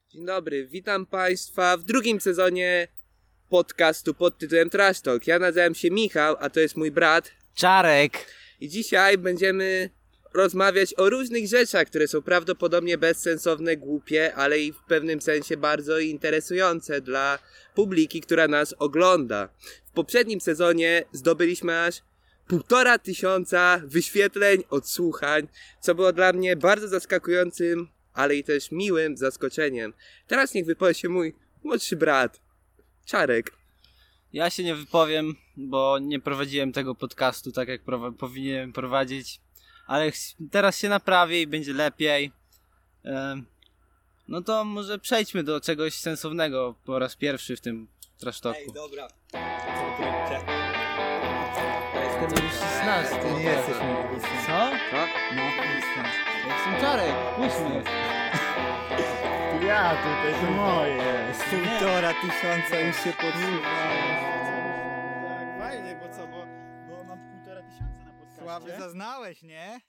Dzień dobry, witam Państwa w drugim sezonie podcastu pod tytułem Trash Talk. Ja nazywam się Michał, a to jest mój brat Czarek. i dzisiaj będziemy rozmawiać o różnych rzeczach, które są prawdopodobnie bezsensowne, głupie, ale i w pewnym sensie bardzo interesujące dla publiki, która nas ogląda. W poprzednim sezonie zdobyliśmy aż 1500 wyświetleń, odsłuchań, co było dla mnie bardzo zaskakującym, ale i też miłym zaskoczeniem. Teraz niech wypowie się mój młodszy brat, Czarek. Ja się nie wypowiem, bo nie prowadziłem tego podcastu tak jak powinienem prowadzić, ale teraz się naprawię i będzie lepiej. No to może przejdźmy do czegoś sensownego po raz pierwszy w tym Trash Talku. Ej, dobra. Jestem już 16. Ty nie jesteś mój. Co? Co? No, Ja jestem Czarek, puść mnie. ja tutaj, to moje. 1500 już się podsłuchało. Tak, fajnie, bo co, bo mam 1500 na podcaście. Sławy zaznałeś, nie?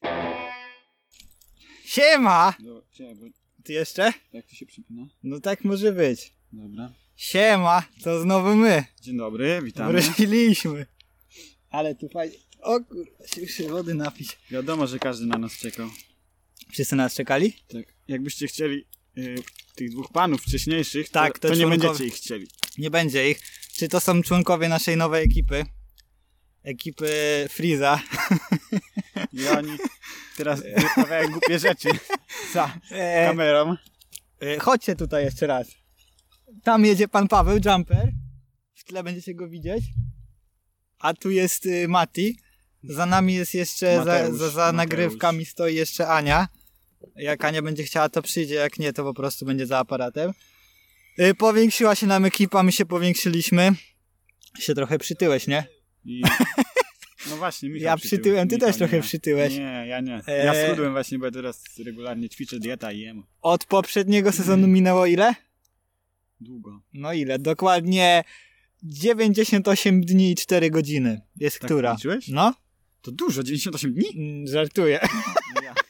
Siema! No, bo Ty jeszcze? jak to się przypina? No tak może być. Dobra. Siema, to znowu my. Dzień dobry, witamy. Wróciliśmy. Ale tu fajnie. O kurwa, się już wody napić. Wiadomo, że każdy na nas czekał. Wszyscy nas czekali? Tak. Jakbyście chcieli tych dwóch panów wcześniejszych, Tak, to to nie członkowie. będziecie ich chcieli. Nie będzie ich. Czy to są członkowie naszej nowej ekipy? Ekipy Freeza. I oni teraz wyprawiają głupie rzeczy za E, kamerą. Chodźcie tutaj jeszcze raz. Tam jedzie pan Paweł, Jumper. W tle będziecie go widzieć. A tu jest Mati. Za nami jest jeszcze, Mateusz, za Mateusz. nagrywkami stoi jeszcze Ania. Jak Ania będzie chciała, to przyjdzie. Jak nie, to po prostu będzie za aparatem. Powiększyła się nam ekipa, my się powiększyliśmy. Się trochę przytyłeś, nie? I... No właśnie, Michał Ja przytyłem, ty Michał, też trochę nie. przytyłeś. Nie, ja nie. Ja schudłem właśnie, bo ja teraz regularnie ćwiczę dieta i jem. Od poprzedniego sezonu minęło ile? Długo. No ile? Dokładnie 98 dni i 4 godziny. Jest Tak która? liczyłeś? No? To dużo, 98 dni? Żartuję. No ja.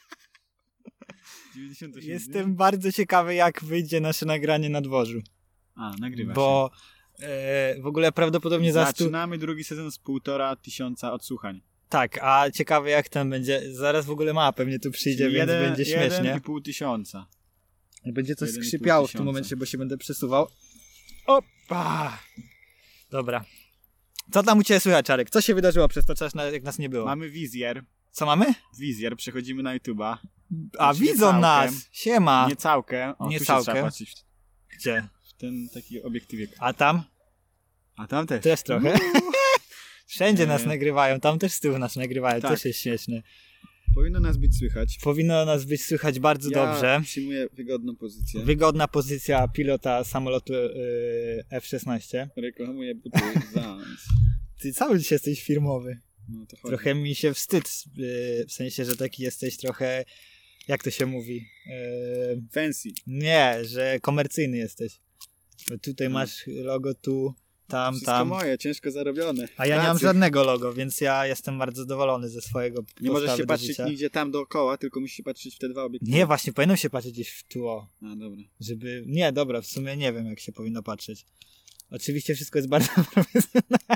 98 Jestem dni? bardzo ciekawy, jak wyjdzie nasze nagranie na dworzu. A, nagrywa się. Bo w ogóle prawdopodobnie za 100... Zaczynamy drugi sezon z 1500 odsłuchań. Tak, a ciekawy jak ten będzie. Zaraz w ogóle ma pewnie tu przyjdzie, Czyli więc będzie śmiesznie. 1,5 tysiąca. Będzie coś 1,5 skrzypiało w tym tysiąca. momencie, bo się będę przesuwał. Opa! Dobra. Co tam u Ciebie słychać, Czarek? Co się wydarzyło przez to czas, jak nas nie było? Mamy wizjer. Co mamy? Wizjer, przechodzimy na YouTube'a. A, Znaczy, nie widzą całkiem. nas! Siema! Nie całkę. O, Nie tu całkę. się trzeba patrzeć Gdzie? w ten taki obiektywie. A tam? A tam też. Też trochę. Wszędzie Nie. nas nagrywają, tam też z tyłu nas nagrywają, Tak. też jest śmieszne. Powinno nas być słychać. Powinno nas być słychać bardzo dobrze. Przyjmuję wygodną pozycję. Wygodna pozycja pilota samolotu F-16. Reklamuję buty Vans. Ty cały dzisiaj jesteś firmowy. No to chodzi. Trochę mi się wstyd, w sensie, że taki jesteś trochę, jak to się mówi? Fancy. Nie, że komercyjny jesteś. Bo tutaj masz logo, tu, tam, Wszystko tam. moje, ciężko zarobione. A ja nie mam Pracy. żadnego logo, więc ja jestem bardzo zadowolony ze swojego Nie możesz postawy się do patrzeć życia. nigdzie tam dookoła, tylko musisz się patrzeć w te dwa obiektywy. Nie, właśnie, powinno się patrzeć gdzieś w tło. A, dobra. Żeby... Nie, dobra, w sumie nie wiem, jak się powinno patrzeć. Oczywiście wszystko jest bardzo profesjonalne.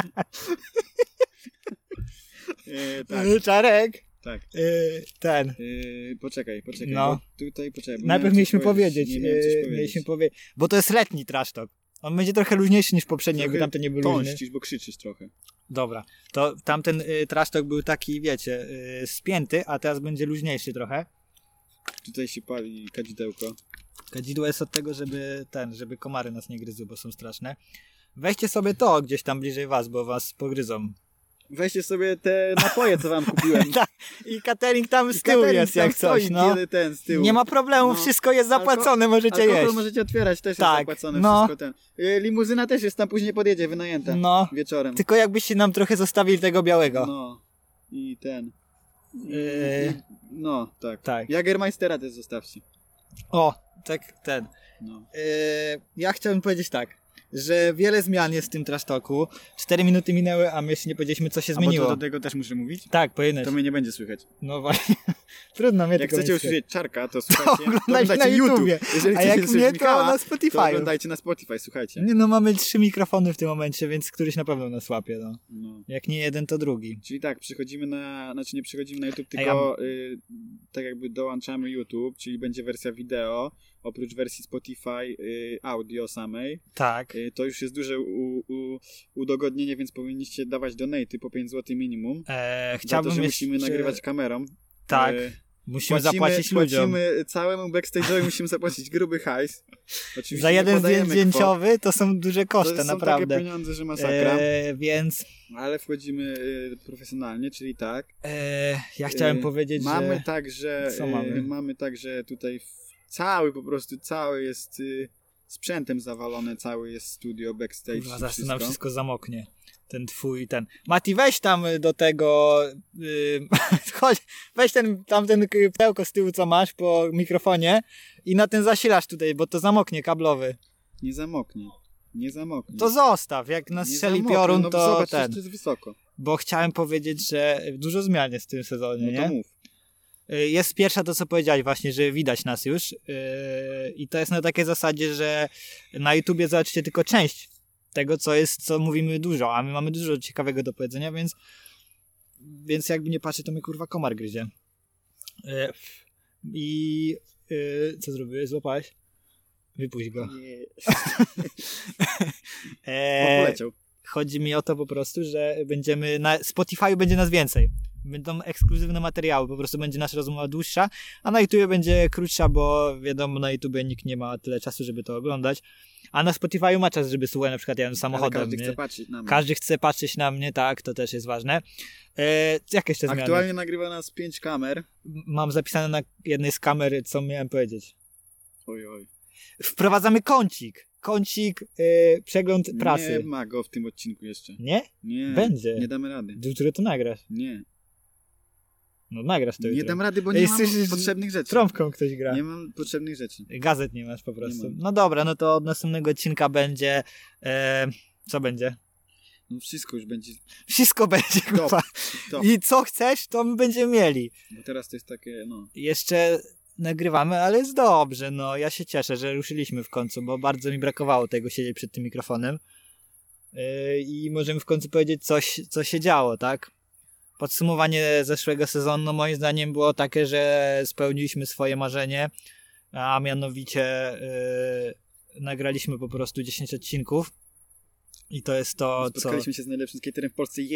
Tak, Czarek! tak. Ten. Poczekaj. No. Bo tutaj poczekaj. bo Najpierw miałem mieliśmy coś powiedzieć. Nie miałem coś Mieliśmy powiedzieć. powiedzieć. Bo to jest letni trash talk. On będzie trochę luźniejszy niż poprzedni, jakby tamten nie był luźny. Tąścisz, bo krzyczysz trochę. Dobra. To tamten trash talk był taki, wiecie, spięty, a teraz będzie luźniejszy trochę. Tutaj się pali kadzidełko. Kadzidło jest od tego, żeby komary nas nie gryzły, bo są straszne. Weźcie sobie to gdzieś tam bliżej was, bo was pogryzą. Weźcie sobie te napoje, co wam kupiłem. Tak. I catering tam z I tyłu catering jest tam jak coś, stoi, no. ten z tyłu. Nie ma problemu, No. wszystko jest zapłacone, możecie Alkohol jeść. możecie otwierać, też Tak, jest zapłacone no. wszystko ten. Limuzyna też jest tam, później podjedzie, wynajęta. No. Wieczorem. Tylko jakbyście nam trochę zostawili tego białego. No. I ten. Yy. No, tak. Tak. Jagermeistera też zostawcie. O, tak ten. No. Ja chciałbym powiedzieć tak, że wiele zmian jest w tym trash talku. 4 minuty minęły, a my jeszcze nie powiedzieliśmy, co się A bo zmieniło. to do tego też muszę mówić? Tak, powinieneś. To mnie nie będzie słychać. No właśnie. Trudno mnie Jak tylko chcecie nie usłyszeć Czarka, to słuchajcie, oglądajcie na YouTube. YouTubie. Jeżeli A chcecie jak usłyszeć nie, to Michała, na to Spotify. oglądajcie na Spotify, słuchajcie. Nie no, mamy 3 mikrofony w tym momencie, więc któryś na pewno nas łapie, no. No. Jak nie jeden, to drugi. Czyli tak, nie przechodzimy na YouTube, A tylko tak jakby dołączamy YouTube, czyli będzie wersja wideo, oprócz wersji Spotify audio samej. Tak. To już jest duże udogodnienie, więc powinniście dawać donaty po 5 zł minimum. Za Chciałbym to, że jeszcze... musimy nagrywać kamerą. Tak. Musimy zapłacić ludziom. Płacimy całemu backstage'owi, musimy zapłacić gruby hajs. Oczywiście Za nie jeden podajemy zdjęciowy to są duże kwot. koszty, To są naprawdę. takie pieniądze, że masakra. Więc Ale wchodzimy profesjonalnie, czyli tak. ja chciałem powiedzieć, mamy że... także, Co mamy? mamy także tutaj cały jest sprzętem zawalone, cały jest studio, backstage. Kurwa, i zaraz to nam wszystko. wszystko zamoknie. Ten twój, ten... Mati, weź tam do tego... chodź, weź tamten pudełko z tyłu, co masz po mikrofonie i na ten zasilacz tutaj, bo to zamoknie kablowy. Nie zamoknie. To zostaw, jak nas Nie strzeli zamoknie, piorun, no to zobacz, ten. to jest wysoko. Bo chciałem powiedzieć, że dużo zmian jest w tym sezonie, No to nie? mów. Jest pierwsza to, co powiedziałeś właśnie, że widać nas już i to jest na takiej zasadzie, że na YouTubie zobaczycie tylko część tego, co mówimy dużo, a my mamy dużo ciekawego do powiedzenia, więc jakby nie patrzę, to mnie kurwa komar gryzie. I co zrobiłeś? Złapałeś? Wypuść go. Poleciał. Chodzi mi o to po prostu, że będziemy na Spotify będzie nas więcej. Będą ekskluzywne materiały, po prostu będzie nasza rozmowa dłuższa, a na YouTube będzie krótsza, bo wiadomo, na YouTube nikt nie ma tyle czasu, żeby to oglądać. A na Spotify ma czas, żeby słuchać na przykład jadąc samochodem. Każdy nie? chce patrzeć na mnie. Każdy chce patrzeć na mnie, tak, to też jest ważne. Jakie jeszcze zmiany? Aktualnie nagrywa nas 5 kamer. Mam zapisane na jednej z kamer, co miałem powiedzieć. Oj. Wprowadzamy kącik, przegląd pracy. Nie ma go w tym odcinku jeszcze. Nie? Nie. Będzie. Nie damy rady. Jutro to nagrasz. Nie. No nagrasz to Nie jutro. dam rady, bo Ej, nie mam słyszysz, potrzebnych rzeczy. Trąbką ktoś gra. Nie mam potrzebnych rzeczy. Gazet nie masz po prostu. Nie mam. No dobra, no to od następnego odcinka będzie... co będzie? No wszystko już będzie Wszystko będzie, kurwa. top. I co chcesz, to my będziemy mieli. Bo teraz to jest takie, Jeszcze nagrywamy, ale jest dobrze, no. Ja się cieszę, że ruszyliśmy w końcu, bo bardzo mi brakowało tego siedzieć przed tym mikrofonem. I możemy w końcu powiedzieć coś, co się działo, tak? Podsumowanie zeszłego sezonu moim zdaniem było takie, że spełniliśmy swoje marzenie, a mianowicie nagraliśmy po prostu 10 odcinków i to jest to, Spotkaliśmy się z najlepszym skaterem w Polsce.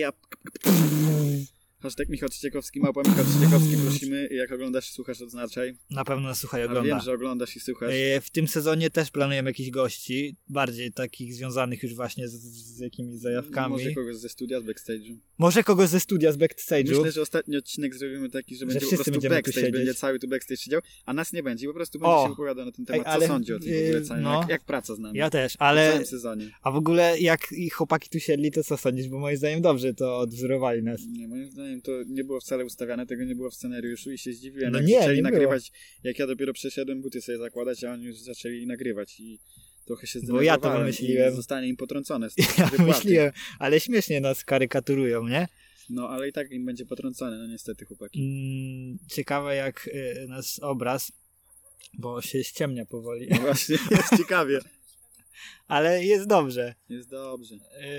Hashtag Michał Trzeciakowski, małpa Michał Trzeciakowski, prosimy, jak oglądasz, słuchasz, odznaczaj. na pewno słuchaj, A ogląda. wiem, że oglądasz i słuchasz. W tym sezonie też planujemy jakichś gości, bardziej takich związanych już właśnie z jakimiś zajawkami. Może kogoś ze studia, z backstage'u. Może kogoś ze studia, z backstage'u. Myślę, że ostatni odcinek zrobimy taki, że będzie po wszyscy prostu będziemy tu backstage, będzie siedzieć. cały tu backstage siedział, a nas nie będzie, po prostu będzie się opowiadał na ten temat, ale, co sądzi o tym w ogóle całym, no. jak praca z nami. Ja też, W ale... całym sezonie. A w ogóle jak i chłopaki tu siedli, to co sądzisz? Bo moim zdaniem dobrze to odwzorowali nas. Nie, moim zdaniem to nie było wcale ustawiane, tego nie było w scenariuszu i się zdziwiłem, No jak nie, zaczęli nie było. nagrywać, jak ja dopiero przeszedłem buty sobie zakładać, a oni już zaczęli nagrywać i trochę się Bo ja to zdenerwowałem wymyśliłem. i zostanie im potrącone z Ja wypłaty. myśliłem, ale śmiesznie nas karykaturują, nie? No, ale i tak im będzie potrącone, no niestety, chłopaki. Ciekawe jak nasz obraz, bo się ściemnia powoli, No właśnie, jest ciekawie. ale jest dobrze. Jest dobrze.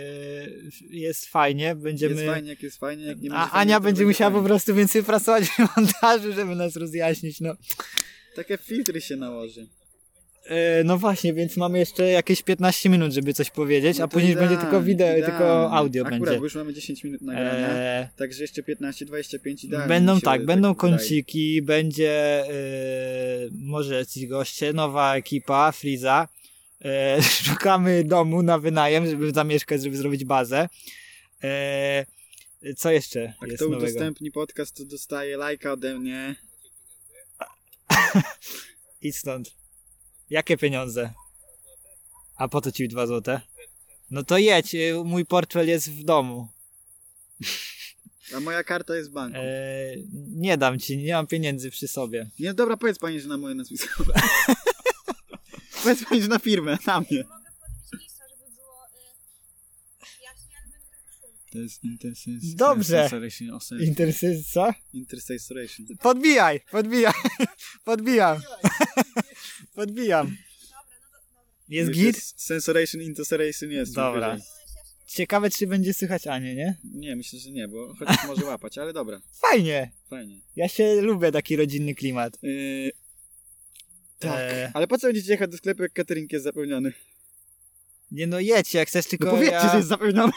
Jest fajnie, będziemy... Jest fajnie, jak nie będzie A fajnie, Ania to będzie musiała po fajnie. prostu więcej pracować w montażu, żeby nas rozjaśnić, no. Takie filtry się nałoży. No właśnie, więc mamy jeszcze jakieś 15 minut, żeby coś powiedzieć, No a to później będzie tylko wideo, idealnie. tylko audio Akurat, będzie. bo już mamy 10 minut nagrania, także jeszcze 15-25 idealnie. Będą mi się tak, będą wydaje. kąciki, będzie może jacyś goście, nowa ekipa, Friza. Szukamy domu na wynajem, żeby zamieszkać, żeby zrobić bazę. Co jeszcze A jest kto nowego? udostępni podcast, to dostaje lajka ode mnie. Idź stąd. Jakie pieniądze? A po co ci 2 złote? No to jedź, mój portfel jest w domu. A moja karta jest w banku. Nie dam ci, nie mam pieniędzy przy sobie. Nie, dobra, powiedz pani, że na moje nazwisko. Powiedz pani, że na firmę, na mnie. Mogę podbić listę, żeby było jaśniej, ale będzie trochę szum. To jest Dobrze. Co? Intersensoration. Podbijam. Podbijam. Jest git? Sensoration, intersensoration jest. Dobra. wyżej. Ciekawe, czy będzie słychać Anię, nie? Nie, myślę, że nie, bo chociaż może łapać, ale dobra. Fajnie. Fajnie. Ja się lubię taki rodzinny klimat. Tak. Ale po co będziecie jechać do sklepu, jak catering jest zapełniony? Nie no, jedź, jak chcesz, tylko No powiedzcie, ja... że jest zapełniony.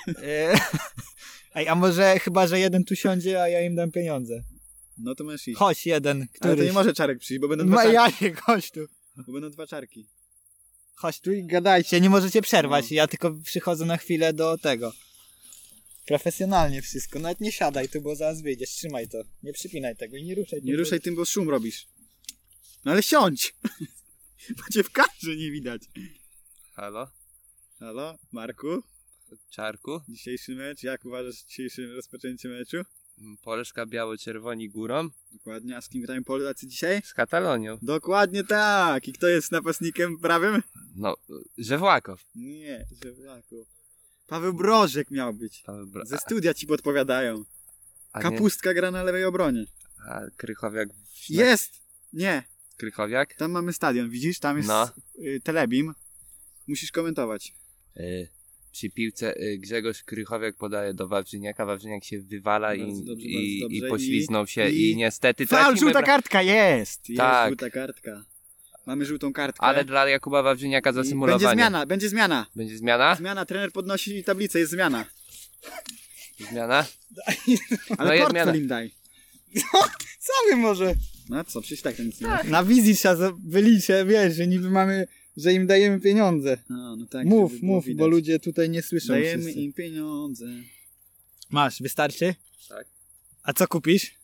Ej, a może chyba, że jeden tu siądzie, a ja im dam pieniądze. No to możesz iść. Chodź, jeden, Ale któryś. to nie może Czarek przyjść, bo będą dwa Ma czarki. Janiek, chodź tu. Bo będą dwa czarki. Chodź tu i gadajcie, nie możecie przerwać. No. Ja tylko przychodzę na chwilę do tego. Profesjonalnie wszystko. Nawet nie siadaj tu, bo zaraz wyjdziesz. Trzymaj to. Nie przypinaj tego i nie ruszaj. Nie ruszaj tym, bo szum robisz. No ale siądź! Bo cię w kadrze nie widać. Halo? Halo, Marku? Czarku? Dzisiejszy mecz, jak uważasz dzisiejsze rozpoczęcie meczu? Polska biało-czerwoni górą Dokładnie, a z kim grają Polacy dzisiaj? z Katalonią. Dokładnie tak! I kto jest napastnikiem prawym? No, Żewłakow. Nie, Żewlaku. Paweł Brożek miał być. Ze studia ci podpowiadają. Kapustka gra na lewej obronie. A Krychowiak... Jest! Nie, Krychowiak? tam mamy stadion, widzisz? Tam jest No. Telebim. Musisz komentować. Przy piłce Grzegorz Krychowiak podaje do Wawrzyniaka, Wawrzyniak się wywala Bardzo i, dobrze, i, bardzo i dobrze. pośliznął się I- i niestety Faul, tracimy żółta kartka jest! Jest Tak. żółta kartka. Mamy żółtą kartkę. ale dla Jakuba Wawrzyniaka za I symulowanie. będzie zmiana. Będzie zmiana? Zmiana, trener podnosi tablicę, jest zmiana. Zmiana? Ale No jest portfel zmiana. im daj. Cały może. No co, przecież tak to nic nie ma. Na wizji trzeba wyliczę, wiesz, że niby mamy, że im dajemy pieniądze. No tak, Mów, żeby było mów, widać. bo ludzie tutaj nie słyszą Dajemy wszyscy. im pieniądze. Masz, wystarczy? Tak. A co kupisz?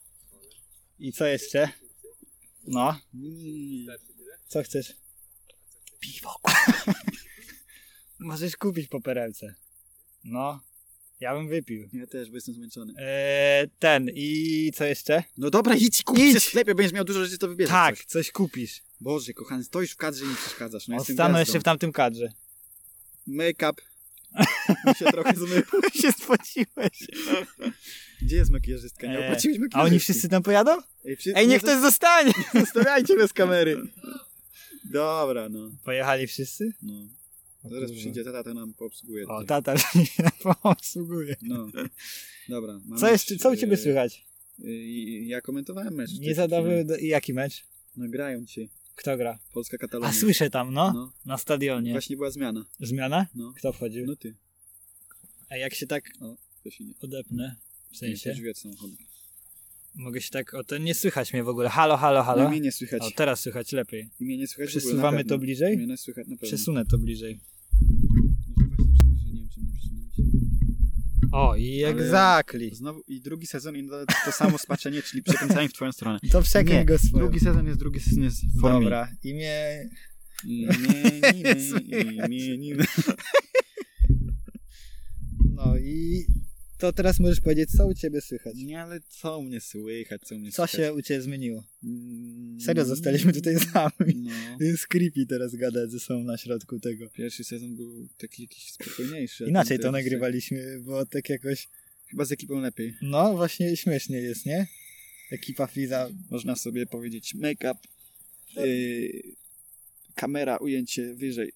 I co jeszcze? No, Nie. co chcesz? Piwo. Możesz kupić po perełce. No, ja bym wypił. Ja też, bo jestem zmęczony. Ten i co jeszcze? No dobra, idź kup Idź. w sklepie, będziesz miał dużo rzeczy, to wybierzesz Tak, coś. coś kupisz. Boże, kochany, stoisz w kadrze i mi przeszkadzasz. No jestem Stanę gwiazdą. jeszcze w tamtym kadrze. Make-up. Mi się trochę zmył. się spociłeś. Gdzie jest makijażystka? Nie opłaciłeś A makijażystki. oni wszyscy tam pojadą? Ej, Ej, niech ktoś zostanie! Zostawiajcie bez kamery. Dobra, no. Pojechali wszyscy? no. O Zaraz kurwa. przyjdzie tata, to nam poobsługuje. O, tutaj. tata się obsługuje. No. Dobra. mamy Co jeszcze, co u ciebie y, słychać? Ja komentowałem mecz. Nie zadały, jaki mecz? No grają dzisiaj. Kto gra? Polska A Katalonia. słyszę tam, no, No. na stadionie. Właśnie była zmiana. Zmiana? No. Kto wchodził? No ty. A jak się tak To się nie. odepnę, w Nie, sensie, to drzwi od samochodu. mogę się tak, o to nie słychać mnie w ogóle. Halo, halo, No halo. mnie nie słychać. O, teraz słychać lepiej. I mnie nie słychać w ogóle, na Przesuwamy pewno. to bliżej? Mnie nie słychać na pewno. Przesunę to bliżej. No to właśnie przybliżej, nie wiem czy mnie przesunąć. O, i exactly. Znowu i drugi sezon i to samo spaczenie, czyli przekręcanie w twoją stronę. To przekręć Nie, go swoją. drugi sezon jest w formie. Dobra, imię... Imieniny. No i to teraz możesz powiedzieć, co u ciebie słychać. Nie, ale co u mnie słychać, co u mnie Co słychać? się u ciebie zmieniło? Mm, Serio, zostaliśmy tutaj sami. No. Jest creepy teraz gadać ze sobą na środku tego. Pierwszy sezon był taki jakiś spokojniejszy. a Inaczej ten to drugi nagrywaliśmy, bo tak jakoś... Chyba z ekipą lepiej. No, właśnie śmiesznie jest, nie? Ekipa Fiza. Można sobie powiedzieć make-up, kamera, ujęcie wyżej.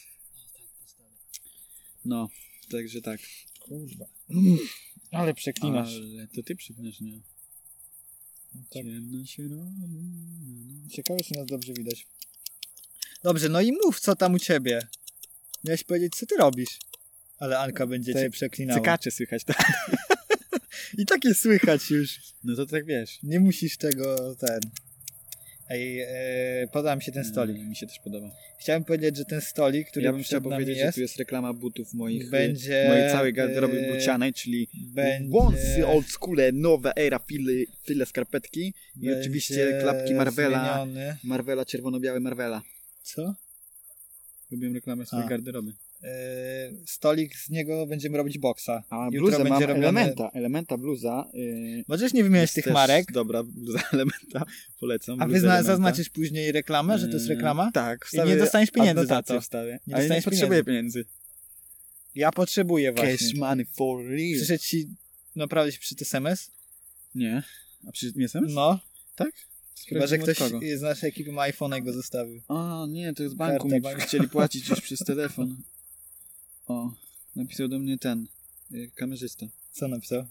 No, także tak. Kurwa. Ale przeklinasz. Ale to ty przypinasz, nie? Tak. Ciemno się robi. Ciekawe, czy nas dobrze widać. Dobrze, no i mów, co tam u ciebie. Miałeś powiedzieć, co ty robisz. Ale Anka będzie Te cię przeklinała. Cykacze słychać, tak? I takie słychać już. No to tak wiesz. Nie musisz tego, Ej, podoba mi się ten stolik. Mi się też podoba. Chciałem powiedzieć, że ten stolik, który Ja bym chciał przed nami powiedzieć, że tu jest reklama butów moich, Będzie, mojej całej garderoby bucianej, czyli będzie- wąsy old school, nowa era, file skarpetki i będzie oczywiście klapki Marvela, zmieniony. Marvela, czerwono-białe Marvela. Co? Robiłem reklamę swojej A. garderoby. Stolik, z niego będziemy robić boksa. A Jutro bluzę mam, robiony- Elementa bluza. Możesz nie wymieniać jest tych też marek, Dobra, bluza Elementa, polecam. a bluzę Elementa. zaznaczysz później reklamę, że to jest reklama? Tak. I nie dostaniesz pieniędzy za to. Wstawię. Nie Ale nie dostaniesz potrzebuję pieniędzy. Ja potrzebuję Cash właśnie. money for real. Przyszedł ci, naprawdę ci przyszedł SMS? Nie. A przyszedł mi SMS? No. Tak? Chyba, że Sprawdzimy ktoś od kogo. z naszej ekipy ma iPhone'a i go zostawił. A, nie, to z banku Karta mi banku. chcieli płacić już przez telefon. O, napisał do mnie ten kamerzysta. Co napisał?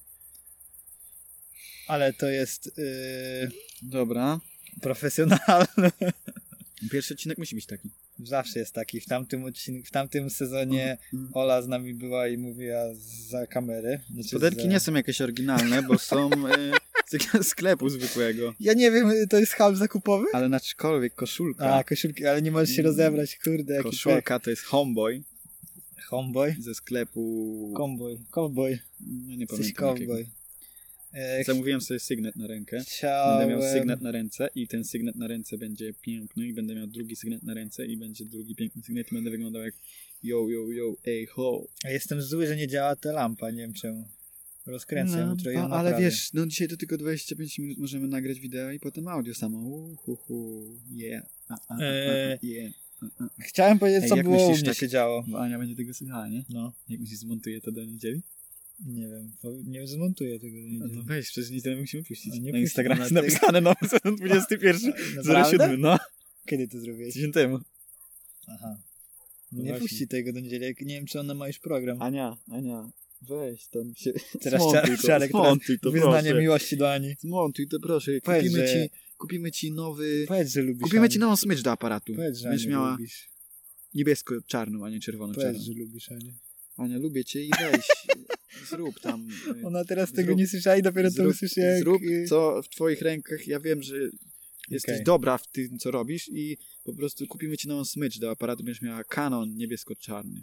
Ale to jest Dobra. profesjonalne. Pierwszy odcinek musi być taki. Zawsze jest taki. W tamtym sezonie Ola z nami była i mówiła za kamery. Znaczy Spodenki nie są jakieś oryginalne, bo są z sklepu zwykłego. Ja nie wiem, to jest hal zakupowy? Ale na czkolwiek koszulka. A, koszulki, ale nie możesz się rozebrać, kurde, jaki Koszulka to jest Homeboy pech. Homeboy? ze sklepu... Cowboy. No, nie Jesteś pamiętam jakiego. cowboy. Zamówiłem sobie sygnet na rękę. Chciałem... Będę miał sygnet na ręce i ten sygnet na ręce będzie piękny i będę miał drugi sygnet na ręce i będzie drugi piękny sygnet i będę wyglądał jak yo, ey ho. A jestem zły, że nie działa ta lampa, nie wiem czemu. Rozkręcam jutro i ją ale naprawię. wiesz, no dzisiaj to tylko 25 minut możemy nagrać wideo i potem audio samo. Yeah. Yeah. Chciałem powiedzieć, Ej, co jak było u myślisz, mnie tak- się działo. Bo Ania będzie tego słuchała, nie? No, Jak myślisz, zmontuje to do niedzieli? nie wiem, nie zmontuję tego. No to weź, przecież niedzielę musimy puścić. A nie Na puścimy Instagramie na jest tego. napisane nowy sezon 21, Naprawdę? 07, no. Kiedy to zrobiłeś? Tydzień temu. Aha. No Nie właśnie. puści tego do niedzieli, nie wiem, czy ona ma już program. Ania, weź tam się... Teraz zmontuj to, Czarek, zmontuj to, wyznanie proszę. miłości do Ani. Zmontuj to, proszę. Powiedz, że- Kupimy ci nowy... Powiedz, że lubisz Kupimy Anię. ci nową smycz do aparatu. Powiedz, że Będziesz Anię miała lubisz. niebiesko-czarną, a nie czerwono-czarną. Powiedz, że lubisz Anię. Ania, lubię cię i weź, zrób tam... Ona teraz tego zrób- nie słyszała i dopiero to usłyszy jak... Zrób co w twoich rękach. Ja wiem, że jesteś Okej. dobra w tym, co robisz i po prostu kupimy ci nową smycz do aparatu. Będziesz miała Canon niebiesko-czarny.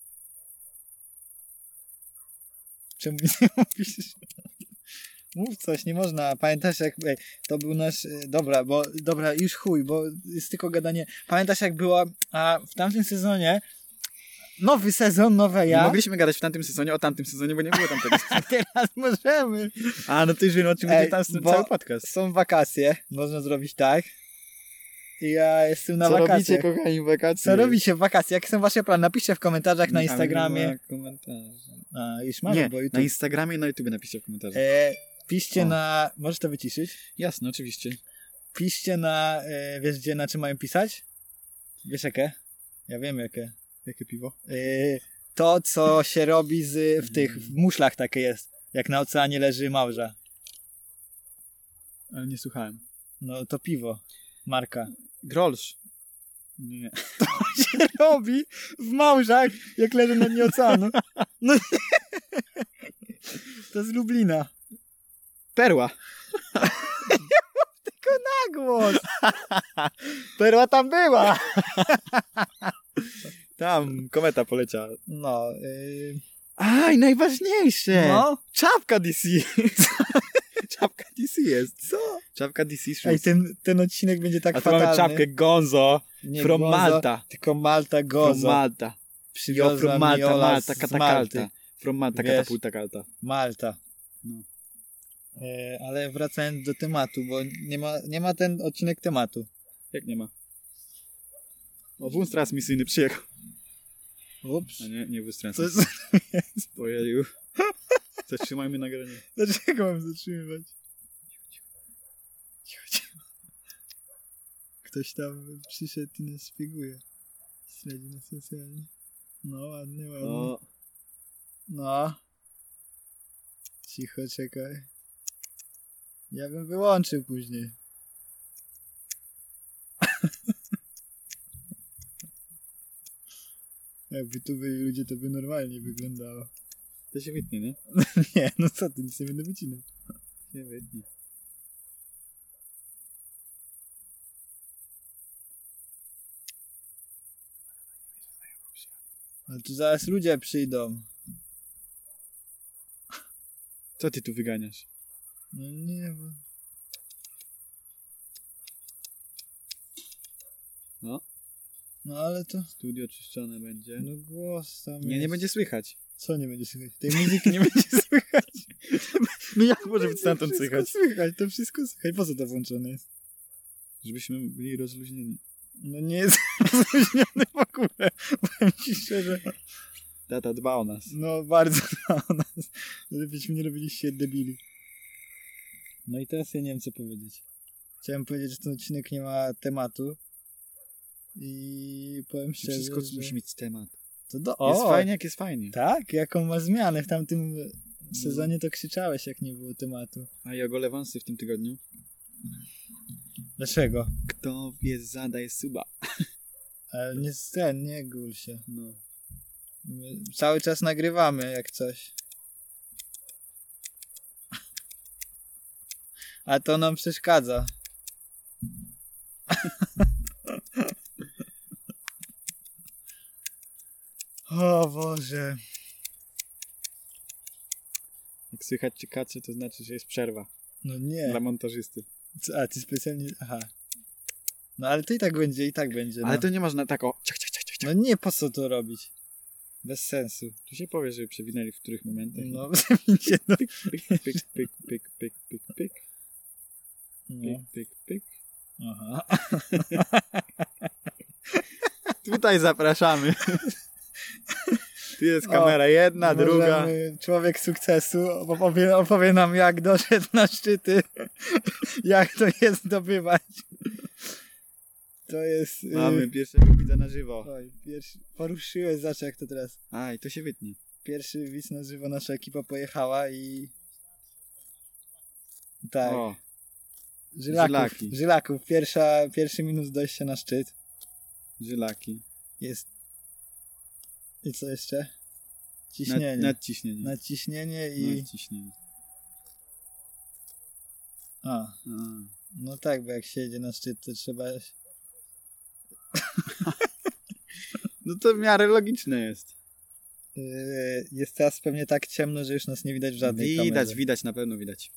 Czemu nie mówisz? Mów coś, nie można. Pamiętasz jak... Ej, to był nasz... Dobra, już chuj, bo jest tylko gadanie. Pamiętasz jak było... A w tamtym sezonie... Nowy sezon, nowe Nie ja. mogliśmy gadać w tamtym sezonie o tamtym sezonie, bo nie było tam tego. A teraz możemy. A, no to już wiem, o czym Ej, będzie tam bo- cały podcast. Są wakacje, można zrobić tak. I ja jestem na Co wakacjach. robicie, kochani, w wakacje? Co robicie w wakacje? Jakie są wasze plany? Napiszcie w komentarzach na Ale nie Instagramie. ma komentarzy. A, już mamy, Nie, bo na YouTube. Instagramie i na YouTube napiszcie w komentarzach. Piszcie O. na... Możesz to wyciszyć? Jasne, oczywiście. Piszcie na... Wiesz gdzie, na czym mają pisać? Wiesz jakie? Ja wiem jakie. Jakie piwo? To, co się robi w tych muszlach takie jest. Jak na oceanie leży małża. Ale nie słuchałem. No to piwo. Marka. Grolsch. Nie. się robi w małżach, jak leży na dnie oceanu. No to z Lublina. Perła. Na głos. Perła tam była. Tam kometa poleciała. No. Aj, najważniejsze! No. Czapka DC! Czapka DC jest. Co? Czapka DC Shoes. Ej, ten odcinek będzie tak A tu fatalny. mamy czapkę Gonzo Nie from Gonzo, Malta. tylko Malta From Gozo. Malta. Yo, Przywiozła from mi Malta, Ola Malta, z katakalta. Malty. From Malta, Wiesz. katapulta kalta. Malta. No. Ale wracając do tematu, bo nie ma ten odcinek tematu. Jak nie ma? O, wóz transmisyjny przyjechał. Ups. A nie wóz Co transmisyjny. jest? Ojeju. Zatrzymajmy nagranie. Dlaczego mam zatrzymywać? Cicho. Ktoś tam przyszedł i nas szpieguje. Śledzi nas socjalnie. No, ładnie. No. Cicho, czekaj. Ja bym wyłączył później. Jakby tu byli ludzie, to by normalnie wyglądało. To się wytnie, nie? Nie, no co ty, nic nie będę wycinał. Się wytnie. Ale tu zaraz ludzie przyjdą. Co ty tu wyganiasz? No nie, bo... No. No ale to... Studio czyszczone będzie. No głos tam Nie jest. będzie słychać. Co nie będzie słychać? Tej muzyki nie będzie słychać. No jak może być stamtąd To słychać? wszystko słychać, to wszystko słychać. Po co to włączone jest? Żebyśmy byli rozluźnieni. No nie jest rozluźniony w ogóle. Powiem ci szczerze. Tata dba o nas. No bardzo o nas, żebyśmy nie robili się debili. No i teraz ja nie wiem co powiedzieć. Chciałem powiedzieć, że ten odcinek nie ma tematu. I powiem szczerze, Wszystko że... musi mieć temat. To do... Jest fajnie, jak jest fajnie. Tak? Jaką ma zmianę? W tamtym sezonie to krzyczałeś, jak nie było tematu. A ja ogolę wąsy w tym tygodniu. Dlaczego? Kto wie, zadaje suba. Ale nie gul się. No. My cały czas nagrywamy, jak coś. A to nam przeszkadza. O Boże. Jak słychać ciekacze, to znaczy, że jest przerwa No nie. dla montażysty. A, ty specjalnie... Aha. No ale to i tak będzie. Ale no. to nie można tak o... Ciach, ciach, ciach, ciach, ciach. No nie, po co to robić? Bez sensu. Tu się powie, żeby przewinęli w których momentach. No, przewincie, no. Pyk, pyk, pyk, pyk, pyk, pyk, pyk, pyk, No. pyk, pyk. Aha. Tutaj zapraszamy. Tu jest kamera jedna, druga. Możemy, człowiek sukcesu opowie nam, jak doszedł na szczyty, jak to jest zdobywać. To jest... Mamy pierwszego widza na żywo. Oj, poruszyłeś, zobacz jak to teraz. Aj, to się wytnie. Pierwszy widz na żywo, nasza ekipa pojechała i... Tak, O, Żylaków. Pierwszy minus dojścia na szczyt. żylaki. Jest... I co jeszcze? Ciśnienie. Nadciśnienie. Nadciśnienie i... Nadciśnienie. A, no tak, bo jak się jedzie na szczyt, to trzeba... No to w miarę logiczne jest. Jest teraz pewnie tak ciemno, że już nas nie widać w żadnej kamerze. Widać, na pewno widać.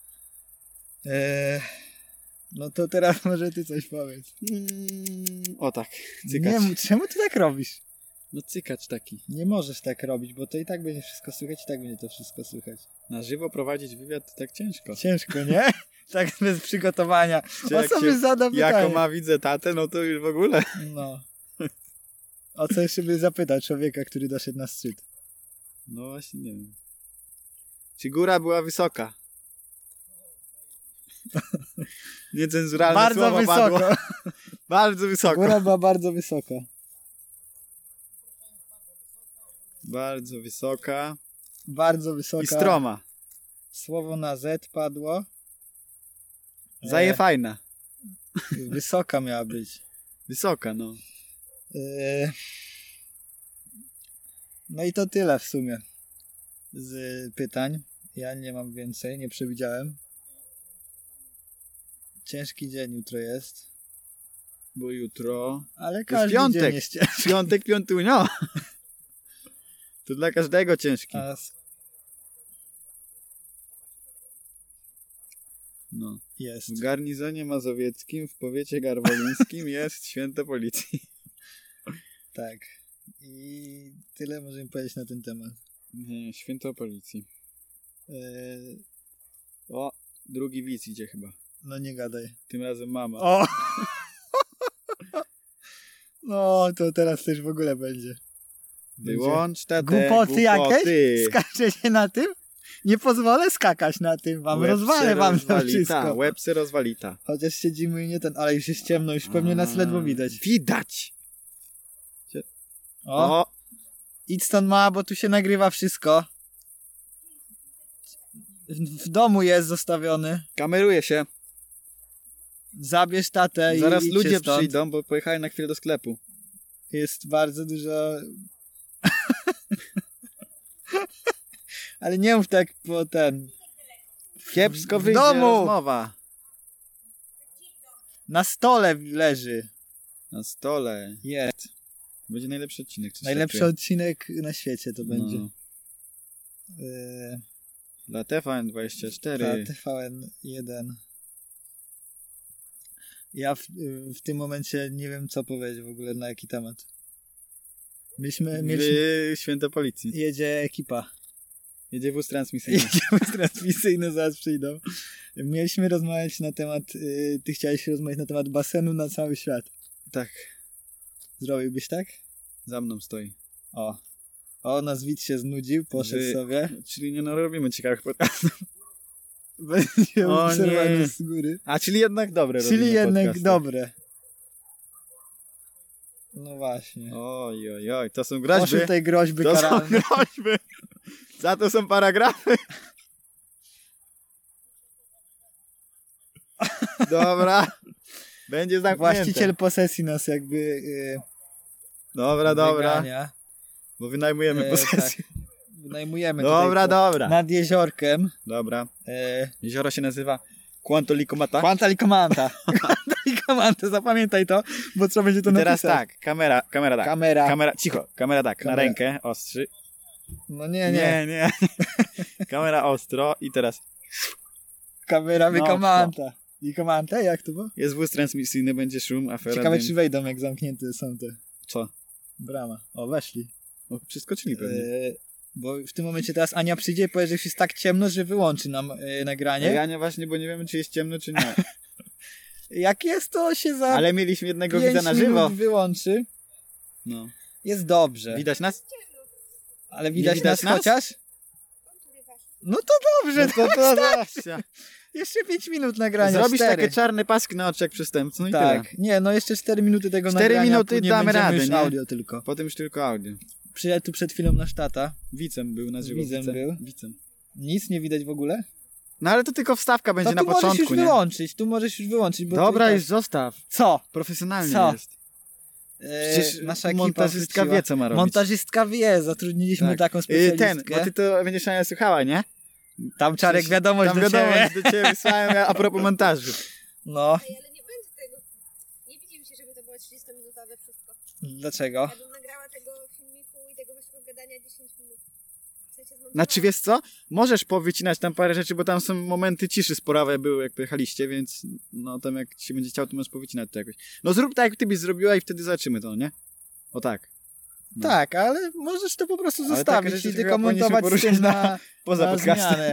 No to teraz może ty coś powiedz. O tak, cykacz. Nie, czemu ty tak robisz? No cykacz taki. Nie możesz tak robić, bo to i tak będzie wszystko słychać, i tak będzie to wszystko słychać. Na żywo prowadzić wywiad to tak ciężko. Ciężko, nie? Tak bez przygotowania. Czy O jak co się- by zada pytanie? Jako ma widzę tatę, no to już w ogóle. No. O co jeszcze by zapytał człowieka, który doszedł na szczyt? No właśnie nie wiem. Czy góra była wysoka? Niecenzuralne Bardzo słowo padło. wysoko. Bardzo wysoko. Góra była bardzo wysoka. Bardzo wysoka. Bardzo wysoka. I stroma. Słowo na Z padło. Zaje fajna. Wysoka miała być. Wysoka, no. No i to tyle w sumie z pytań. Ja nie mam więcej, nie przewidziałem. Ciężki dzień jutro jest, Bo jutro... ale każdy piątek. dzień jest ciężki. Piątek, piątunio. To dla każdego ciężki. No. Jest. W garnizonie mazowieckim w powiecie garwolińskim jest święto policji. Tak. I tyle możemy powiedzieć na ten temat. Nie, święto policji. Yy, O, drugi widz idzie chyba. no nie gadaj. Tym razem mama. O! No to teraz też w ogóle będzie. Wyłącz te Głupoty jakieś? Skacze się na tym? Nie pozwolę skakać na tym. Rozwalę wam to wszystko. Łeb se rozwalita. Chociaż siedzimy i nie ten, ale już jest ciemno, już pewnie nas ledwo widać. Widać! O! Idź stąd ma, bo tu się nagrywa wszystko. W domu jest zostawiony. Kameruje się. Zabierz tatę i Zaraz idźcie ludzie stąd. przyjdą, bo pojechałem na chwilę do sklepu. Jest bardzo dużo... Ale nie mów tak po ten... Kiepsko W wyjdzie domu! rozmowa. Na stole leży. Na stole. Jest. Będzie najlepszy odcinek. coś Najlepszy takiego. odcinek na świecie to będzie. No. Yy, Dla TVN24. TVN1. Ja w tym momencie nie wiem co powiedzieć w ogóle na jaki temat. Mieliśmy... Święto policji. Jedzie ekipa. Jedzie wóz transmisyjny. Jedziemy transmisyjne, zaraz przyjdą. Mieliśmy rozmawiać na temat, ty chciałeś rozmawiać na temat basenu na cały świat. Tak. Zrobiłbyś tak? Za mną stoi. O. O, nasz widz się znudził, poszedł Wy- sobie. Czyli nie robimy ciekawych podcastów. Będzie O obserwowany nie. z góry. A, czyli jednak dobre Czyli robimy jednak podcasty. dobre. No właśnie. Oj, oj, oj, to są groźby. Poszły tej groźby To są karalne. groźby. Za to są paragrafy. Dobra. Będzie zamknięte. Właściciel posesji nas jakby Dobra. wygania. Bo wynajmujemy posesję. Wynajmujemy Dobra, tutaj dobra. nad jeziorkiem. Dobra. Jezioro się nazywa Quanto Licomata. Quanta Licomanta. Quanta Licomanta, zapamiętaj to, bo trzeba będzie to I teraz napisać. tak, kamera tak. Kamera. Cicho, kamera tak, Kamera. na rękę, ostrzy. No nie. Nie. Kamera ostro i teraz Kamera No, Licomanta. Licomanta, jak to było? jest wóz transmisyjny, będzie szum, afera. Ciekawe, dym. czy wejdą, jak zamknięte są te Co? brama. O, weszli. O, przeskoczyli pewnie. Bo w tym momencie teraz Ania przyjdzie i powie, że już jest tak ciemno, że wyłączy nam nagranie. Ja nie właśnie, bo nie wiemy, czy jest ciemno, czy nie. Jak jest, to się za Ale mieliśmy jednego 5 widza na minut żywo. wyłączy. No. Jest dobrze. Widać nas? Ale widać, Nie widać nas nas? chociaż? No to dobrze, to jeszcze 5 minut nagrania. Zrobisz 4. takie czarne paski na oczy jak przestępcy, no i Tak. tyle. Nie, no jeszcze 4 minuty tego 4 nagrania. minuty później damy będziemy radę, już nie? audio tylko. Potem już tylko audio. Przyjechał tu przed chwilą nasz tata. Wicem był na żywo. Widzem był. Wicem. Nic nie widać w ogóle. No ale to tylko wstawka będzie To na tu możesz początku, już nie? wyłączyć, tu możesz już wyłączyć. Bo Dobra, tu i już zostaw. Co? Profesjonalnie Co? jest. E, Przecież nasza ekipa montażystka wróciła. wie, co ma robić. Montażystka wie, zatrudniliśmy Tak. taką Ten, specjalistkę. bo ty to będziesz Ania słuchała, nie? Tam Czarek Przecież wiadomość tam do ciebie. wiadomość do ciebie wysłałem a propos montażu. No, Ej, ale nie będzie tego. Nie widzi mi się, żeby to było 30-minutowe wszystko. dlaczego? Ja bym nagrała tego filmiku i tego waszego gadania 10 minut. W sensie zmontowała. Znaczy wiesz co? Możesz powycinać tam parę rzeczy, bo tam są momenty ciszy sporowe były jak pojechaliście, więc no tam jak ci się będzie chciał, to możesz powycinać to jakoś. No zrób tak jak ty byś zrobiła i wtedy zobaczymy to, nie? O tak. No. Tak, ale możesz to po prostu Ale takie zostawić rzeczy i chyba tylko powinniśmy montować z poruszyć tym na Poza na podcastem. zmianę.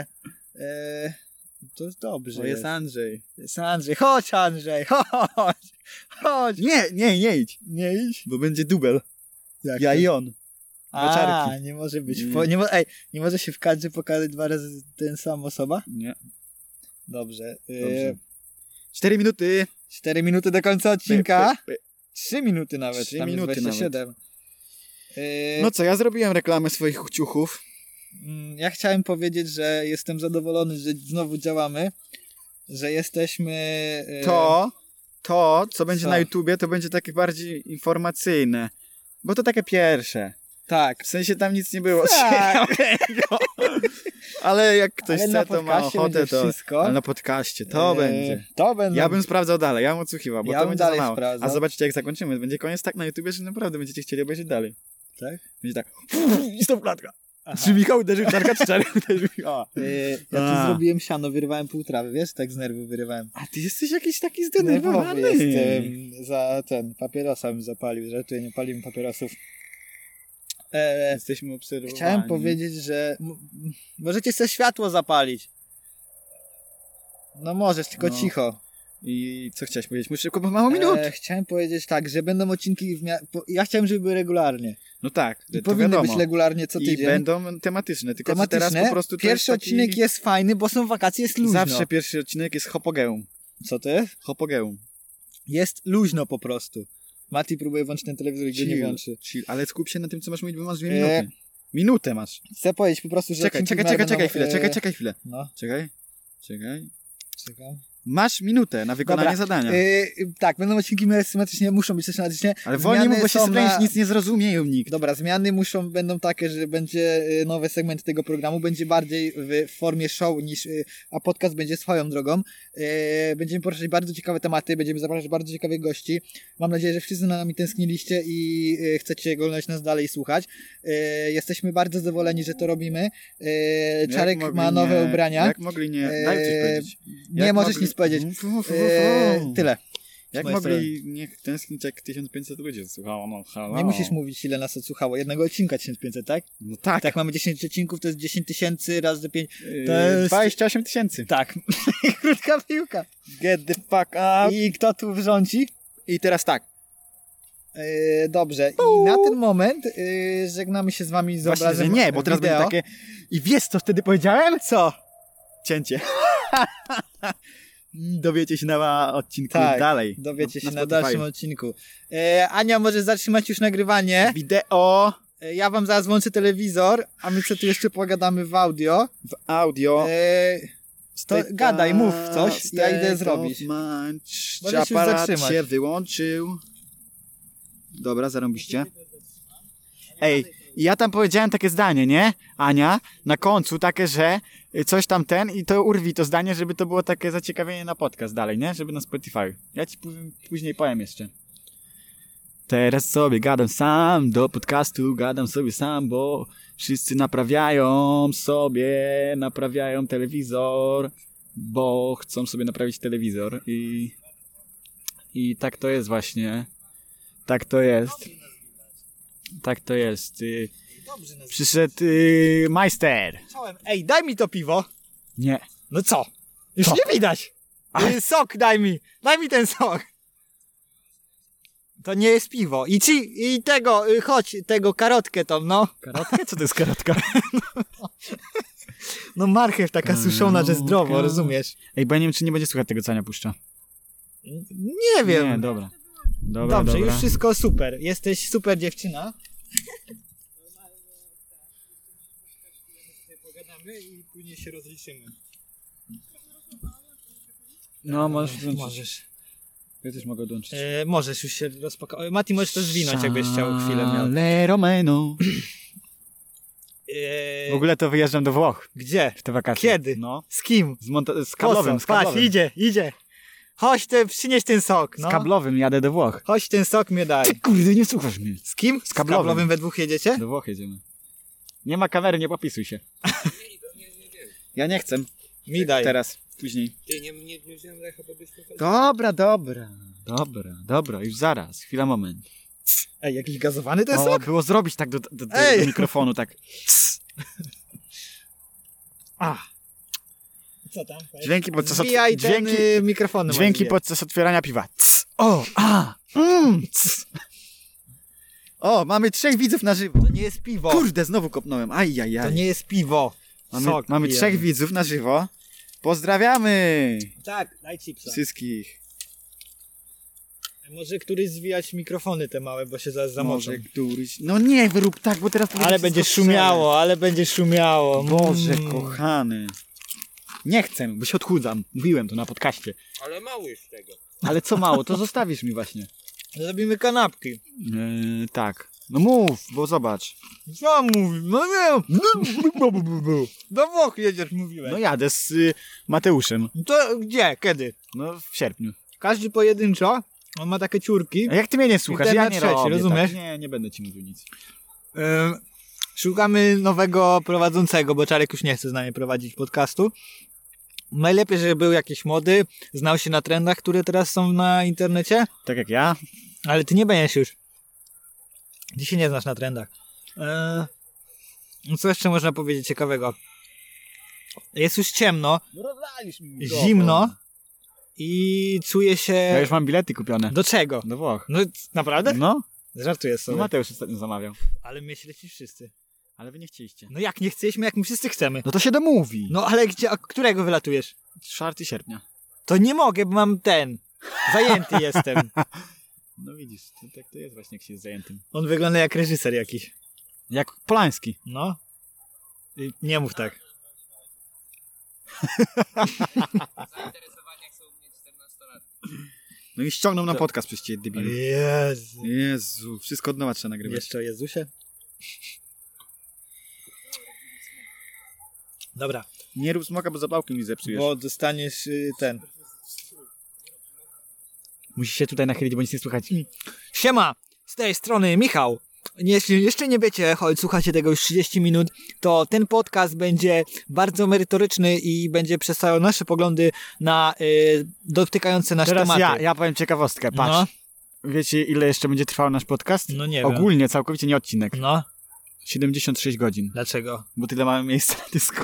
To jest dobrze. O, jest Andrzej. Jest Andrzej. Chodź Andrzej, chodź. Chodź. Nie idź. Nie idź. Bo będzie dubel. Jak Ja to? i on. A, Czarki. nie może być. Nie. Nie może się w kadrze pokazać 2 razy ten sam osoba? Nie. Dobrze. Dobrze. 4 minuty. 4 minuty do końca odcinka. Py, py, 3 minuty nawet. 3 tam minuty jest 27. No co, ja zrobiłem reklamę swoich ciuchów. Ja chciałem powiedzieć, że jestem zadowolony, że znowu działamy, że jesteśmy... To, co będzie Co? na YouTubie, to będzie takie bardziej informacyjne. Bo to takie pierwsze. Tak. W sensie tam nic nie było Tak. ciekawego. Ale jak ktoś Ale na chce, to ma podcaście ochotę, będzie to... wszystko. Ale na podcaście, to będzie. To będą... Ja bym sprawdzał dalej, ja bym odsłuchiwał, bo Ja to bym będzie za dalej mało. sprawdzał. A zobaczcie, jak zakończymy. Będzie koniec tak na YouTubie, że naprawdę będziecie chcieli obejrzeć dalej. Tak? Będzie tak. I stop klatka. Aha. Czy Michał uderzył Czarka, czy Czarek uderzył Michała? Ja tu A. zrobiłem siano, wyrywałem pół trawy, wiesz? Tak z nerwów wyrywałem. A ty jesteś jakiś taki Nerwowy zdenerwowany. jestem. Za ten, papierosa bym zapalił. Żartuję, nie palimy papierosów. Jesteśmy obserwowani. Chciałem powiedzieć, że możecie sobie światło zapalić. No możesz, tylko No. cicho. I co chciałeś powiedzieć? Muszę szybko, bo mało minut. Chciałem powiedzieć tak, że będą odcinki ja chciałem, żeby były regularnie. No tak, I to powinny wiadomo. być regularnie co I tydzień. będą tematyczne, tylko że tematyczne. teraz po prostu to Pierwszy jest taki... odcinek jest fajny, bo są wakacje, jest luźno. Zawsze pierwszy odcinek jest hopogeum. Co ty? Hopogeum. Jest luźno po prostu. Mati próbuje włączyć ten telewizor i go nie włączy. Chill. Ale skup się na tym, co masz mówić, bo masz 2 E, minuty. Minutę masz. Chcę powiedzieć po prostu, że... Czekaj odcinki chwilę, będą, czekaj chwilę. No, Czekaj. czekam. Masz minutę na wykonanie Dobra. zadania. Tak, będą odcinki miały symetrycznie, muszą być systematycznie. Ale wolniej mów, bo się są sypiać nic nie zrozumieją nikt. Dobra, zmiany będą takie, że będzie nowy segment tego programu, będzie bardziej w formie show niż, a podcast będzie swoją drogą. Będziemy poruszać bardzo ciekawe tematy, będziemy zapraszać bardzo ciekawych gości. Mam nadzieję, że wszyscy na nami tęskniliście i chcecie oglądać nas dalej i słuchać. Jesteśmy bardzo zadowoleni, że to robimy. Czarek Jak ma mogli nowe nie- ubrania. Jak mogli nie... Daj coś powiedzieć. Nie Jak możesz mogli- nic powiedzieć. Tyle. Jak mojej mogli niech tęsknić, jak 1500 ludzi słuchało? No, halo. Nie musisz mówić, ile nas odsłuchało. Jednego odcinka 1500, tak? No tak. Tak, mamy 10 odcinków, to jest 10 tysięcy razy 5. To To jest- 28 000. Tak. Krótka piłka. Get the fuck up. I kto tu rządzi? I teraz tak. Dobrze. I na ten moment żegnamy się z wami z Właśnie, że obrazem nie, bo teraz wideo. będzie takie... I wiesz, co wtedy powiedziałem? Co? Cięcie. Dowiecie się na odcinku Tak, dalej. dowiecie się na Spotify. dalszym odcinku. Ania może zatrzymać już nagrywanie. Wideo Ja wam zaraz włączę telewizor, a my sobie tu jeszcze pogadamy w audio. w audio. To gadaj, mów coś, ja idę zrobić. Możesz już Aparat zatrzymać. się wyłączył. Dobra, zarąbiście. Ej, ja tam powiedziałem takie zdanie, nie? Ania, na końcu takie, że coś tam i to urwij to zdanie, żeby to było takie zaciekawienie na podcast dalej, nie? Żeby na Spotify. Ja ci później powiem jeszcze. Teraz sobie gadam sam, do podcastu gadam sobie sam, bo wszyscy naprawiają telewizor, bo chcą sobie naprawić telewizor i tak to jest właśnie. Tak to jest. Tak to jest. Przyszedł majster. Ej, daj mi to piwo. Nie. No co? Już Co? nie widać. Sok daj mi. Daj mi ten sok. To nie jest piwo. I tego, chodź, tego karotkę tą, no. Karotkę? Co to jest karotka? No marchew taka suszona, że zdrowo, rozumiesz? Ej, bo ja nie wiem, czy nie będzie słychać tego, co Ania puszcza. Nie wiem. Nie, dobra. Dobra, Dobrze, dobra. już wszystko super. Jesteś super dziewczyna. Pogadamy i później się rozliczymy. No, możesz włączyć. Możesz. Ja też mogę odłączyć. Możesz już się rozpakować. Mati, możesz to zwinąć, jakbyś chciał chwilę miał. Ale Romano. W ogóle to wyjeżdżam do Włoch Gdzie? w te wakacje. Kiedy? No. Z kim? Z kablowym, Po co? Patrz, idzie. Chodź, przynieś ten sok. No. Z kablowym jadę do Włoch. Chodź, ten sok mnie daj. Ty kurde, nie słuchasz mnie. Z kim? Z kablowym. we dwóch jedziecie? Do Włoch jedziemy. Nie ma kamery, nie popisuj się. Ja nie chcę. Mi daj. Teraz, później. Ty nie wziąłem lecha, bo byśmy... Dobra, już zaraz. Chwila, moment. Ej, jakiś gazowany ten O, sok? było zrobić tak do Ej! mikrofonu, tak. Co tam? Dźwięki podczas Zwijaj ten dźwięki, mikrofon. dźwięki podczas otwierania piwa. O, mamy 3 widzów na żywo. To nie jest piwo. Kurde, znowu kopnąłem. To nie jest piwo. Mamy 3 widzów na żywo. Pozdrawiamy Tak, daj chipsa. wszystkich. Może któryś zwijać mikrofony te małe, bo się zaraz zamoczą. Może któryś... No nie wyrób tak, bo teraz... Ale będzie szumiało. Boże, kochany. Nie chcę, bo się odchudzam. Mówiłem to na podcaście. Ale mało już tego. Ale co mało, to zostawisz mi właśnie. Zrobimy kanapki. Tak. No mów, bo zobacz. Co mówi? No nie. Do Włoch jedziesz, mówiłem. No jadę z Mateuszem. To gdzie? Kiedy? No w sierpniu. Każdy pojedynczo. On ma takie ciurki. A jak ty mnie nie słuchasz? ten Ja na nie trzeci, robię, rozumiesz? Tak. Nie będę ci mówił nic. Szukamy nowego prowadzącego, bo Czarek już nie chce z nami prowadzić podcastu. Najlepiej, żeby był jakiś młody, znał się na trendach, które teraz są na internecie, Tak jak ja. ale ty nie będziesz już. Ty się nie znasz na trendach. No co jeszcze można powiedzieć ciekawego? Jest już ciemno, zimno i czuję się... Ja już mam bilety kupione. Do czego? Do Włoch. No naprawdę? No. Żartuję No sobie. Mateusz ostatnio zamawiał. Ale my śleci wszyscy. Ale wy nie chcieliście. No jak nie chcieliśmy, jak my wszyscy chcemy. No to się domówi. No ale gdzie, a którego wylatujesz? 4 sierpnia. To nie mogę, bo mam ten. Zajęty jestem. No widzisz, to tak to jest właśnie, jak się jest zajętym. On wygląda jak reżyser jakiś. Jak Polański. No. Nie mów tak. Zainteresowaniach są u mnie 14-latki. No i ściągnął na podcast przez ciebie, debilu. Jezu. Jezu, wszystko od nowa trzeba nagrywać. Jeszcze o Jezusie? Dobra, Nie rób smoka, bo zapałkę mi zepsujesz. bo dostaniesz ten. Musisz się tutaj nachylić, bo nic nie słychać. Siema, z tej strony Michał. Jeśli jeszcze nie wiecie, choć słuchacie tego już 30 minut, to ten podcast będzie bardzo merytoryczny i będzie przedstawiał nasze poglądy na dotykające nasze Teraz tematy. ja powiem ciekawostkę, patrz. No. Wiecie, ile jeszcze będzie trwał nasz podcast? No nie wiem. Ogólnie, całkowicie nie odcinek. No, 76 godzin. dlaczego? Bo tyle mamy miejsca na dysku.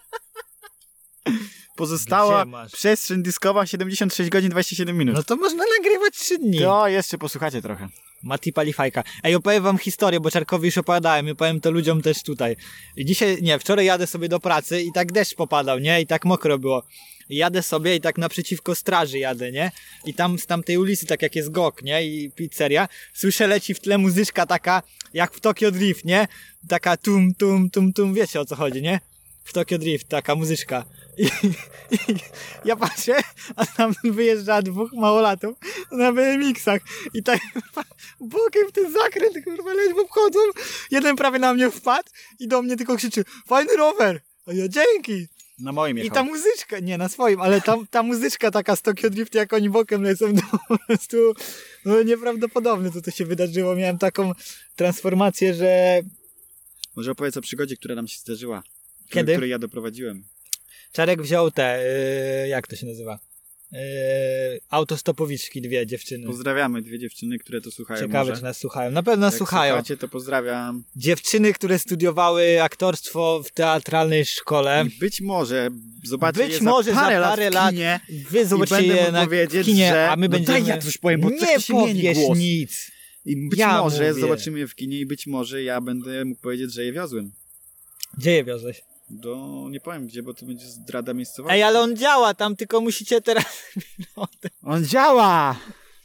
Pozostała Gdzie masz? przestrzeń dyskowa 76 godzin 27 minut. No to można nagrywać 3 dni. To jeszcze posłuchacie trochę. Mati Palifajka. Ej, opowiem wam historię, bo Czarkowi już opowiadałem i opowiem to ludziom też tutaj. I dzisiaj, wczoraj jadę sobie do pracy i tak deszcz popadał, nie? I tak mokro było. I jadę sobie i tak naprzeciwko straży jadę, nie? I tam z tamtej ulicy, tak jak jest GOK, nie? I pizzeria, słyszę leci w tle muzyczka taka, jak w Tokyo Drift, nie? Taka tum, tum, tum, tum, wiecie o co chodzi, nie? W Tokyo Drift, taka muzyczka. I ja patrzę, a tam wyjeżdża 2 małolatów na BMX-ach i tak bokiem w ten zakręt, kurwa, ledwo wchodzą. Jeden prawie na mnie wpadł i do mnie tylko krzyczy, fajny rower! A ja, dzięki! Na moim jechał. I ta muzyczka, nie na swoim, ale ta muzyczka taka z Tokyo Drift, jak oni bokiem lecą, to po prostu no, nieprawdopodobne to się wydarzyło. Miałem taką transformację, że... Może opowiedz o przygodzie, która nam się zdarzyła. Kiedy? Której ja doprowadziłem. Czarek wziął te, jak to się nazywa? Autostopowiczki, 2 dziewczyny. Pozdrawiamy 2 dziewczyny, które to słuchają. Ciekawe, może. czy nas słuchają. Na pewno nas Jak słuchają. słuchacie, to pozdrawiam. Dziewczyny, które studiowały aktorstwo w teatralnej szkole. I być może zobaczycie Być je może za parę lat lat w kinie wy zobaczycie i będę je mógł na powiedzieć, kinie, że... a my no będziemy... daj ja coś powiem, bo nie tak się mieni powiesz głos. nic. I być Ja może mówię. zobaczymy je w kinie i być może ja będę mógł powiedzieć, że je wiozłem. Gdzie je wiozłeś? Nie powiem gdzie, bo to będzie zdrada miejscowości. Ej, ale on działa tam, tylko musicie teraz... On działa!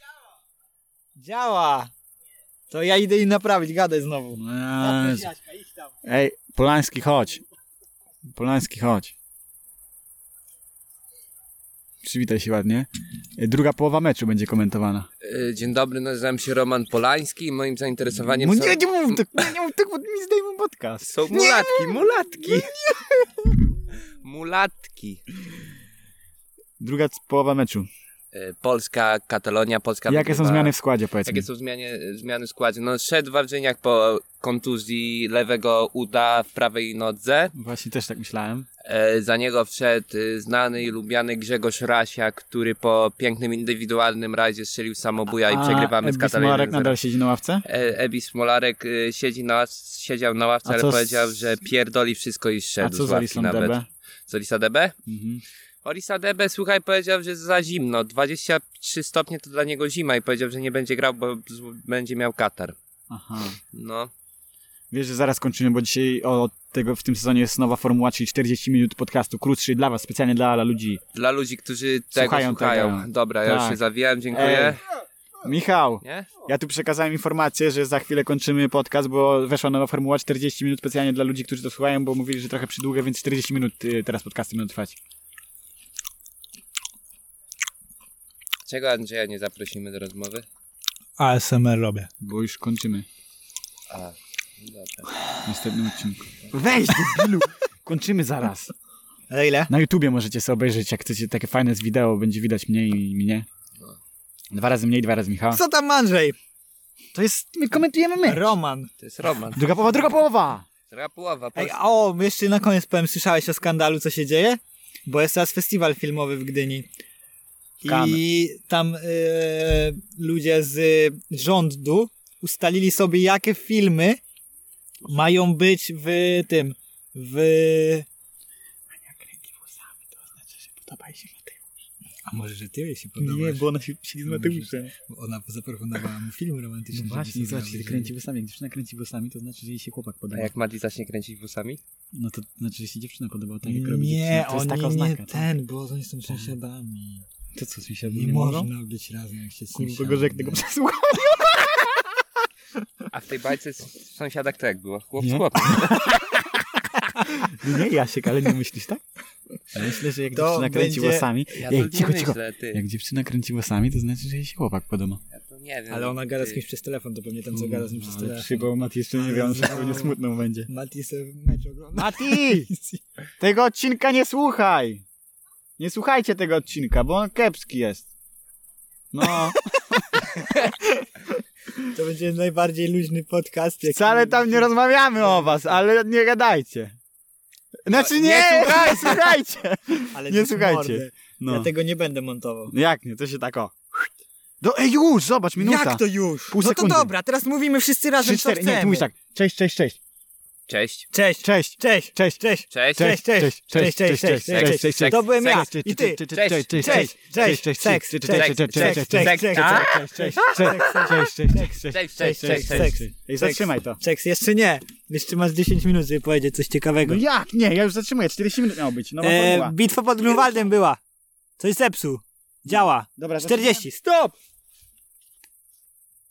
Działa! To ja idę i naprawić, gadaj znowu. Ej, Polański, chodź. Polański, chodź. Przywitaj się ładnie. Druga połowa meczu będzie komentowana. Dzień dobry, nazywam się Roman Polański i moim zainteresowaniem są... Nie mów tak, bo mi zdejmą podcast. Są mulatki. Mulatki. Druga połowa meczu. Polska, Katalonia, Polska Jakie są wygrywa. zmiany w składzie, powiedzmy? Jakie są zmiany w składzie? No szedł Wawrzyniak po kontuzji lewego uda w prawej nodze. Właśnie też tak myślałem. Za niego wszedł znany i lubiany Grzegorz Rasiak, który po pięknym indywidualnym rajdzie strzelił samobuja i przegrywamy z Ebis Katalonią. Molarek nadal siedzi na ławce? Ebis Molarek siedział na ławce, A ale co powiedział, że pierdoli wszystko i A szedł co z z ławki Alisson nawet. Debe? Z Olisa DB? Mhm. Olisa DB, słuchaj, powiedział, że za zimno. 23 stopnie to dla niego zima i powiedział, że nie będzie grał, bo będzie miał katar. Aha. No. Wiesz, że zaraz kończymy, bo dzisiaj w tym sezonie jest nowa formuła, czyli 40 minut podcastu, krótszy dla was, specjalnie dla ludzi. Dla ludzi, którzy tego Słuchają słuchają. tego. Dobra, ja już Tak. się zawijałem, dziękuję. Michał, Nie? ja tu przekazałem informację, że za chwilę kończymy podcast, bo weszła nowa formuła 40 minut specjalnie dla ludzi, którzy to słuchają, bo mówili, że trochę przydługie, więc 40 minut teraz podcasty będą trwać. Czego Andrzeja nie zaprosimy do rozmowy? ASMR robię. Bo już kończymy A, dobra. w następnym odcinku. Weź, debilu! Kończymy zaraz. Ale ile? Na YouTubie możecie sobie obejrzeć, jak chcecie takie fajne z wideo, będzie widać mnie i mnie. 2 razy mniej, 2 razy Michała. Co tam, Andrzej? To jest, my komentujemy my. Roman. To jest Roman. Druga połowa, druga połowa! Druga połowa. Ej, jeszcze na koniec powiem, słyszałeś o skandalu, co się dzieje? Bo jest teraz festiwal filmowy w Gdyni. I tam ludzie z rządu ustalili sobie, jakie filmy mają być Podoba się Mateusz. A może, że ty jej się podobasz? Nie, bo ona się siedzi z Mateuszem. Ona zaproponowała mu film romantyczny. No właśnie, zobacz, kiedy kręci włosami. Jak dziewczyna kręci włosami, to znaczy, że jej się chłopak A podoba. jak Mati zacznie kręcić włosami? No to znaczy, że się dziewczyna podoba, tak jak robi Nie, dziewczyna. To jest taka oni oznaka. nie bo oni są sąsiadami. To co, sąsiadami Nie można być razem, jak się Bo gorzej, jak tego przesłucha. A w tej bajce z sąsiadach to jak było? Chłop z Nie? chłopem. Nie, Jasiek, ale nie myślisz tak? Ja myślę, że jak To dziewczyna kręci będzie- włosami... Ja Ej, to cicho, nie cicho. myślę, ty. Jak dziewczyna kręci włosami, to znaczy, że jej się chłopak podoba. Ja to nie wiem. Ale ona gada z ty. kimś przez telefon, to pewnie ten, co gada z nim przez Ale telefon. przyjebał Mati jeszcze nie wie, on pewnie smutną będzie. Mati sobie mecz ogląda. Mati! Tego odcinka nie słuchaj! Nie słuchajcie tego odcinka, bo on kiepski jest. No, To będzie najbardziej luźny podcast. jaki- wcale tam nie rozmawiamy o was, ale nie gadajcie. Znaczy nie, słuchajcie! Ale nie ty słuchajcie. mordę. No. Ja tego nie będę montował. Jak nie, to się tak o. Ej już, zobacz, minuta. Jak to już? Pół No to sekundy. dobra, teraz mówimy wszyscy razem, 3, co 4, nie, ty chcemy. mówisz tak. Cześć, cześć, cześć. Cześć. Cześć. Cześć. Cześć. Cześć. Cześć. Cześć. Cześć. Cześć. Cześć. Cześć. Cześć. Cześć. Cześć. To byłem ja. I ty. Cześć. Cześć. Cześć. Seks. Cześć. Ej, zatrzymaj to. Seks jeszcze nie. Jeszcze masz 10 minut, żeby powiedzieć coś ciekawego. No jak? Nie, ja już zatrzymuję. 40 minut miało być. Nowa formuła. Bitwa pod Grunwaldem była. Coś zepsuł. Działa. Dobra, 40. Stop!